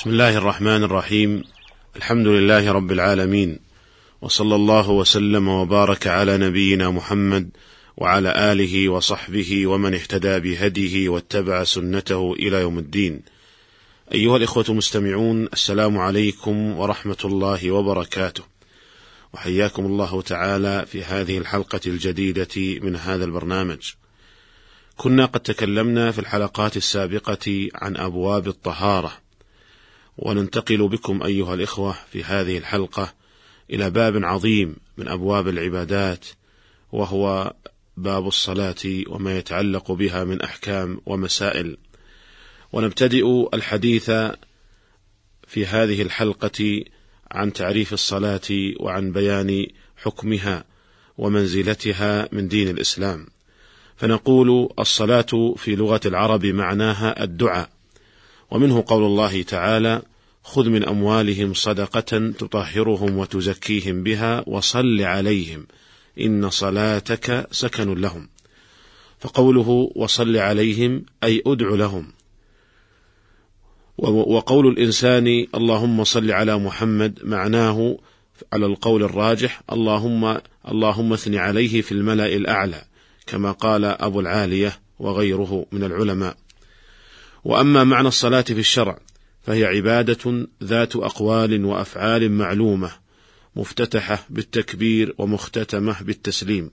بسم الله الرحمن الرحيم. الحمد لله رب العالمين، وصلى الله وسلم وبارك على نبينا محمد وعلى آله وصحبه ومن اهتدى بهديه واتبع سنته إلى يوم الدين. أيها الإخوة المستمعون، السلام عليكم ورحمة الله وبركاته، وحياكم الله تعالى في هذه الحلقة الجديدة من هذا البرنامج. كنا قد تكلمنا في الحلقات السابقة عن أبواب الطهارة، وننتقل بكم أيها الإخوة في هذه الحلقة إلى باب عظيم من أبواب العبادات، وهو باب الصلاة وما يتعلق بها من أحكام ومسائل. ونبتدئ الحديث في هذه الحلقة عن تعريف الصلاة وعن بيان حكمها ومنزلتها من دين الإسلام. فنقول: الصلاة في لغة العرب معناها الدعاء، ومنه قول الله تعالى: خذ من أموالهم صدقة تطهرهم وتزكيهم بها وصل عليهم إن صلاتك سكن لهم. فقوله وصل عليهم أي أدع لهم. وقول الإنسان اللهم صل على محمد معناه على القول الراجح اللهم اثن عليه في الملأ الأعلى، كما قال أبو العالية وغيره من العلماء. وأما معنى الصلاة في الشرع فهي عبادة ذات أقوال وأفعال معلومة، مفتتحة بالتكبير ومختتمة بالتسليم.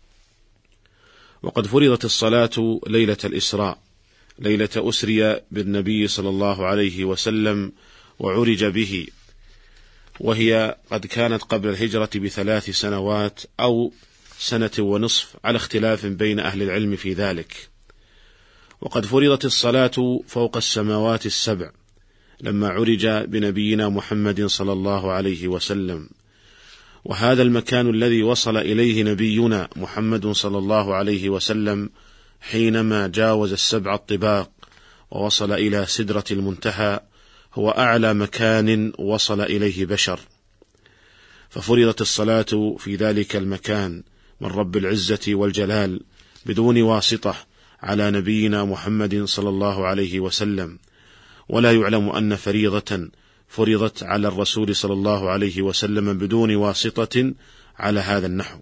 وقد فرضت الصلاة ليلة الإسراء، ليلة أسري بالنبي صلى الله عليه وسلم وعرج به، وهي قد كانت قبل الهجرة ب3 سنوات أو 1.5 سنة على اختلاف بين أهل العلم في ذلك. وقد فرضت الصلاة فوق السماوات ال7 لما عرج بنبينا محمد صلى الله عليه وسلم، وهذا المكان الذي وصل إليه نبينا محمد صلى الله عليه وسلم حينما جاوز 7 الطباق ووصل إلى سدرة المنتهى هو أعلى مكان وصل إليه بشر. ففرضت الصلاة في ذلك المكان من رب العزة والجلال بدون واسطة على نبينا محمد صلى الله عليه وسلم، ولا يعلم أن فريضة فرضت على الرسول صلى الله عليه وسلم بدون واسطة على هذا النحو.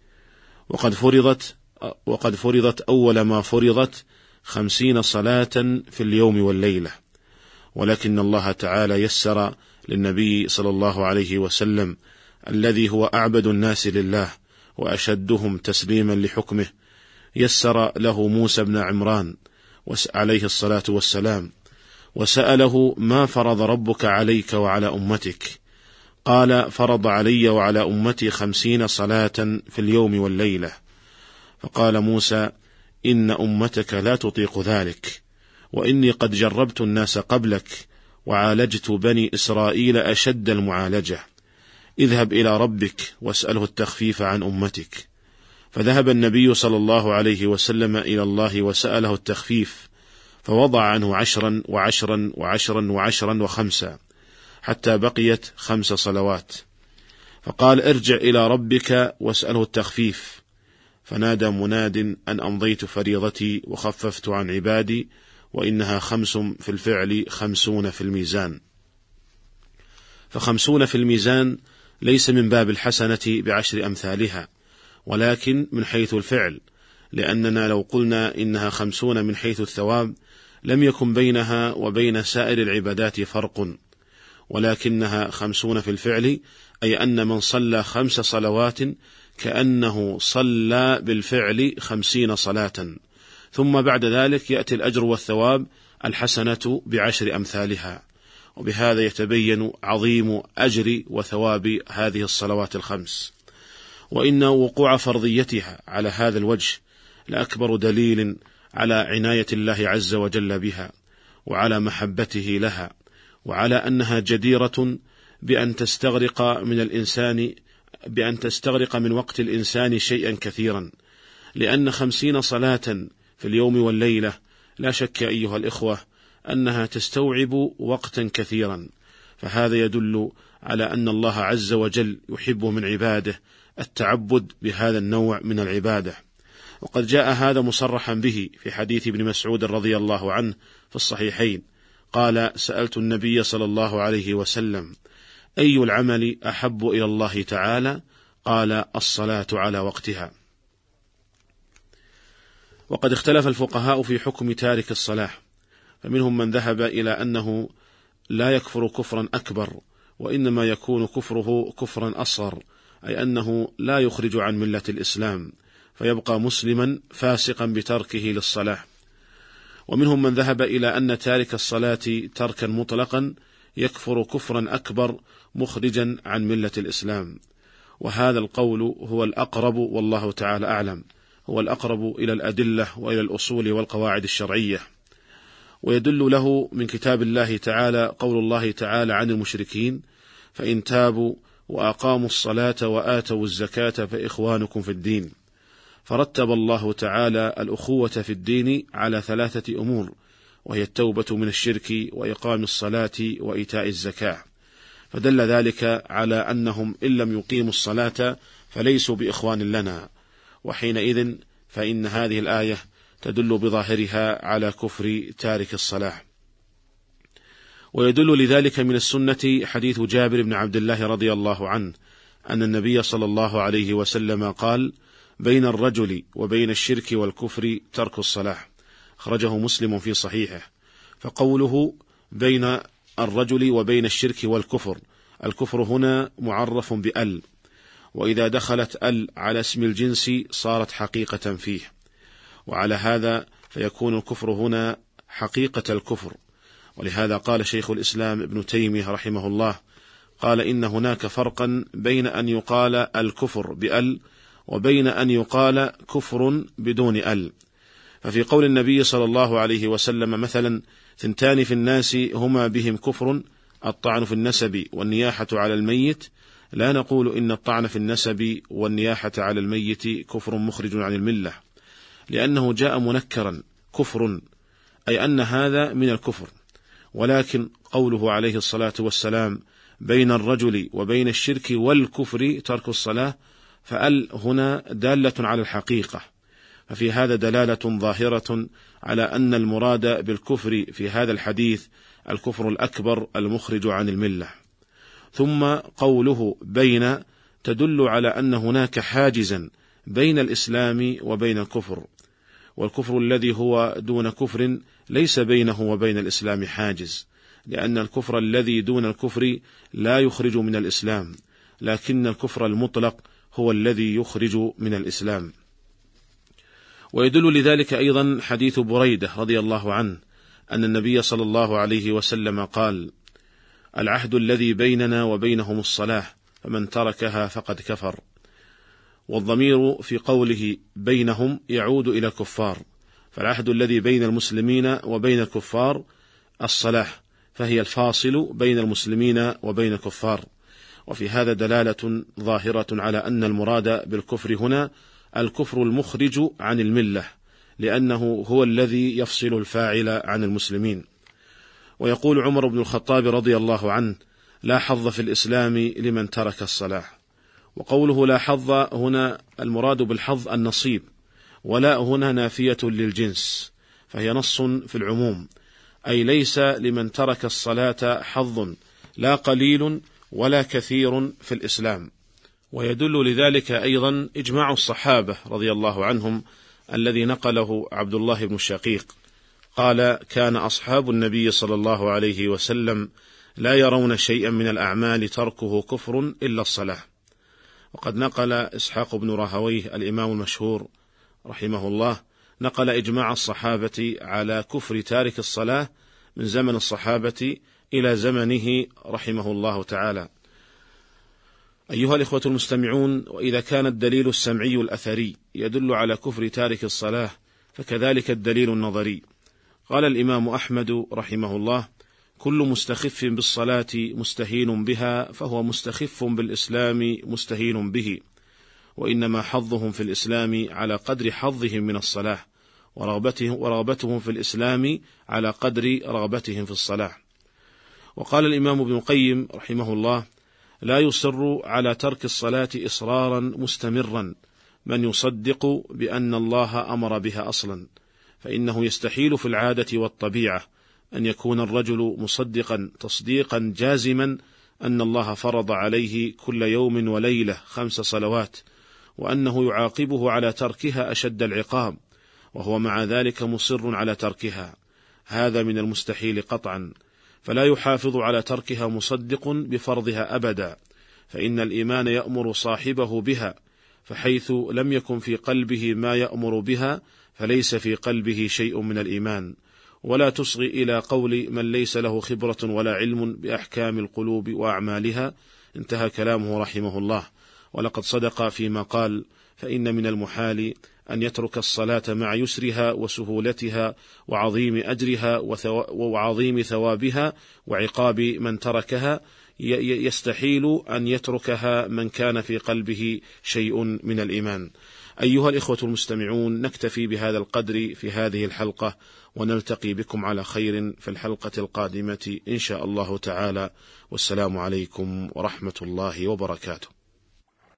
وقد فرضت أول ما فرضت 50 صلاة في اليوم والليلة، ولكن الله تعالى يسر للنبي صلى الله عليه وسلم الذي هو أعبد الناس لله وأشدهم تسليما لحكمه، يسر له موسى بن عمران عليه الصلاة والسلام، وسأله: ما فرض ربك عليك وعلى أمتك؟ قال: فرض علي وعلى أمتي 50 صلاة في اليوم والليلة. فقال موسى: إن أمتك لا تطيق ذلك، وإني قد جربت الناس قبلك وعالجت بني إسرائيل أشد المعالجة. اذهب إلى ربك واسأله التخفيف عن أمتك. فذهب النبي صلى الله عليه وسلم إلى الله وسأله التخفيف، فوضع عنه 10 و10 و10 و10 و5 حتى بقيت 5 صلوات. فقال: ارجع إلى ربك واسأله التخفيف. فنادى مناد أن أمضيت فريضتي وخففت عن عبادي، وإنها 5 في الفعل 50 في الميزان. ف50 في الميزان ليس من باب الحسنة ب10 أمثالها، ولكن من حيث الفعل، لأننا لو قلنا إنها 50 من حيث الثواب لم يكن بينها وبين سائر العبادات فرق، ولكنها 50 في الفعل، أي أن من صلى 5 صلوات كأنه صلى بالفعل 50 صلاة، ثم بعد ذلك يأتي الأجر والثواب الحسنة ب10 أمثالها. وبهذا يتبين عظيم أجر وثواب هذه الصلوات ال5. وإن وقوع فرضيتها على هذا الوجه لأكبر دليل على عناية الله عز وجل بها، وعلى محبته لها، وعلى أنها جديرة بأن تستغرق من وقت الإنسان شيئا كثيرا، لأن 50 صلاة في اليوم والليلة لا شك أيها الإخوة أنها تستوعب وقتا كثيرا. فهذا يدل على أن الله عز وجل يحب من عباده التعبد بهذا النوع من العبادة. وقد جاء هذا مصرحا به في حديث ابن مسعود رضي الله عنه في الصحيحين، قال: سألت النبي صلى الله عليه وسلم: أي العمل أحب إلى الله تعالى؟ قال: الصلاة على وقتها. وقد اختلف الفقهاء في حكم تارك الصلاة، فمنهم من ذهب إلى أنه لا يكفر كفرا أكبر، وإنما يكون كفره كفرا أصغر، أي أنه لا يخرج عن ملة الإسلام، فيبقى مسلما فاسقا بتركه للصلاة. ومنهم من ذهب إلى أن تارك الصلاة تركا مطلقا يكفر كفرا أكبر مخرجا عن ملة الإسلام، وهذا القول هو الأقرب والله تعالى أعلم، هو الأقرب إلى الأدلة وإلى الأصول والقواعد الشرعية. ويدل له من كتاب الله تعالى قول الله تعالى عن المشركين: فإن تابوا وأقاموا الصلاة وآتوا الزكاة فإخوانكم في الدين. فرتب الله تعالى الأخوة في الدين على 3 أمور، وهي التوبة من الشرك وإقام الصلاة وإيتاء الزكاة، فدل ذلك على أنهم إن لم يقيموا الصلاة فليسوا بإخوان لنا، وحينئذ فإن هذه الآية تدل بظاهرها على كفر تارك الصلاة. ويدل لذلك من السنة حديث جابر بن عبد الله رضي الله عنه أن النبي صلى الله عليه وسلم قال: بين الرجل وبين الشرك والكفر ترك الصلاة، أخرجه مسلم في صحيحه. فقوله بين الرجل وبين الشرك والكفر، الكفر هنا معرف بأل، وإذا دخلت أل على اسم الجنس صارت حقيقة فيه، وعلى هذا فيكون الكفر هنا حقيقة الكفر. ولهذا قال شيخ الإسلام ابن تيمية رحمه الله: قال: إن هناك فرقا بين أن يقال الكفر بأل وبين أن يقال كفر بدون أل. ففي قول النبي صلى الله عليه وسلم مثلا: 2 في الناس هما بهم كفر، الطعن في النسب والنياحة على الميت، لا نقول إن الطعن في النسب والنياحة على الميت كفر مخرج عن الملة، لأنه جاء منكرا كفر، أي أن هذا من الكفر. ولكن قوله عليه الصلاة والسلام بين الرجل وبين الشرك والكفر ترك الصلاة، فأل هنا دالة على الحقيقة، ففي هذا دلالة ظاهرة على أن المراد بالكفر في هذا الحديث الكفر الأكبر المخرج عن الملة. ثم قوله بين تدل على أن هناك حاجزا بين الإسلام وبين الكفر، والكفر الذي هو دون كفر ليس بينه وبين الإسلام حاجز، لأن الكفر الذي دون الكفر لا يخرج من الإسلام، لكن الكفر المطلق هو الذي يخرج من الإسلام. ويدل لذلك أيضا حديث بريدة رضي الله عنه أن النبي صلى الله عليه وسلم قال: العهد الذي بيننا وبينهم الصلاة، فمن تركها فقد كفر. والضمير في قوله بينهم يعود إلى الكفار، فالعهد الذي بين المسلمين وبين الكفار الصلاة، فهي الفاصل بين المسلمين وبين الكفار. وفي هذا دلالة ظاهرة على أن المراد بالكفر هنا الكفر المخرج عن الملة، لأنه هو الذي يفصل الفاعل عن المسلمين. ويقول عمر بن الخطاب رضي الله عنه: لا حظ في الإسلام لمن ترك الصلاة. وقوله لا حظ هنا المراد بالحظ النصيب، ولا هنا نافية للجنس، فهي نص في العموم، أي ليس لمن ترك الصلاة حظ لا قليل ولا كثير في الإسلام. ويدل لذلك أيضا إجماع الصحابة رضي الله عنهم الذي نقله عبد الله بن الشقيق قال: كان أصحاب النبي صلى الله عليه وسلم لا يرون شيئا من الأعمال تركه كفر إلا الصلاة. وقد نقل إسحاق بن راهويه الإمام المشهور رحمه الله نقل إجماع الصحابة على كفر تارك الصلاة من زمن الصحابة إلى زمنه رحمه الله تعالى. أيها الإخوة المستمعون، وإذا كان الدليل السمعي الأثري يدل على كفر تارك الصلاة، فكذلك الدليل النظري. قال الإمام أحمد رحمه الله: كل مستخف بالصلاة مستهين بها، فهو مستخف بالإسلام مستهين به، وإنما حظهم في الإسلام على قدر حظهم من الصلاة، ورغبتهم في الإسلام على قدر رغبتهم في الصلاة. وقال الإمام ابن القيم رحمه الله: لا يصر على ترك الصلاة إصرارا مستمرا من يصدق بأن الله أمر بها أصلا، فإنه يستحيل في العادة والطبيعة أن يكون الرجل مصدقا تصديقا جازما أن الله فرض عليه كل يوم وليلة 5 صلوات، وأنه يعاقبه على تركها أشد العقاب، وهو مع ذلك مصر على تركها. هذا من المستحيل قطعا، فلا يحافظ على تركها مصدق بفرضها أبدا، فإن الإيمان يأمر صاحبه بها، فحيث لم يكن في قلبه ما يأمر بها فليس في قلبه شيء من الإيمان. ولا تصغي إلى قول من ليس له خبرة ولا علم بأحكام القلوب وأعمالها. انتهى كلامه رحمه الله. ولقد صدق فيما قال: فإن من المحال أن يترك الصلاة مع يسرها وسهولتها وعظيم أجرها وعظيم ثوابها وعقاب من تركها، يستحيل أن يتركها من كان في قلبه شيء من الإيمان. أيها الإخوة المستمعون، نكتفي بهذا القدر في هذه الحلقة، ونلتقي بكم على خير في الحلقة القادمة إن شاء الله تعالى. والسلام عليكم ورحمة الله وبركاته.